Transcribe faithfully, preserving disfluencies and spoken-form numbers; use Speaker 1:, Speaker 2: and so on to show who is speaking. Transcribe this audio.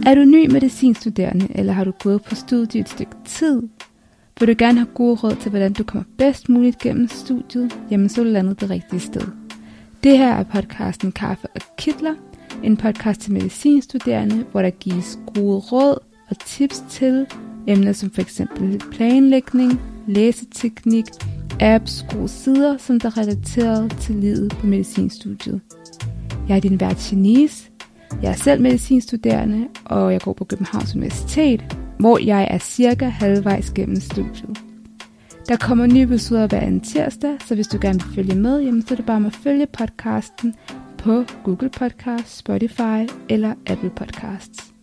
Speaker 1: Er du ny medicinstuderende, eller har du gået på studiet et stykke tid? Vil du gerne have gode råd til, hvordan du kommer bedst muligt gennem studiet? Jamen, så er du landet det rigtige sted. Det her er podcasten Kaffe og Kitler, en podcast til medicinstuderende, hvor der gives gode råd og tips til emner som f.eks. planlægning, læseteknik, apps, gode sider, som der er relateret til livet på medicinstudiet. Jeg er din vært Janice. Jeg er selv medicinstuderende, og jeg går på Københavns Universitet, hvor jeg er cirka halvvejs gennem studiet. Der kommer nye episoder hver anden tirsdag, så hvis du gerne vil følge med, jamen, så er det bare med at følge podcasten på Google Podcasts, Spotify eller Apple Podcasts.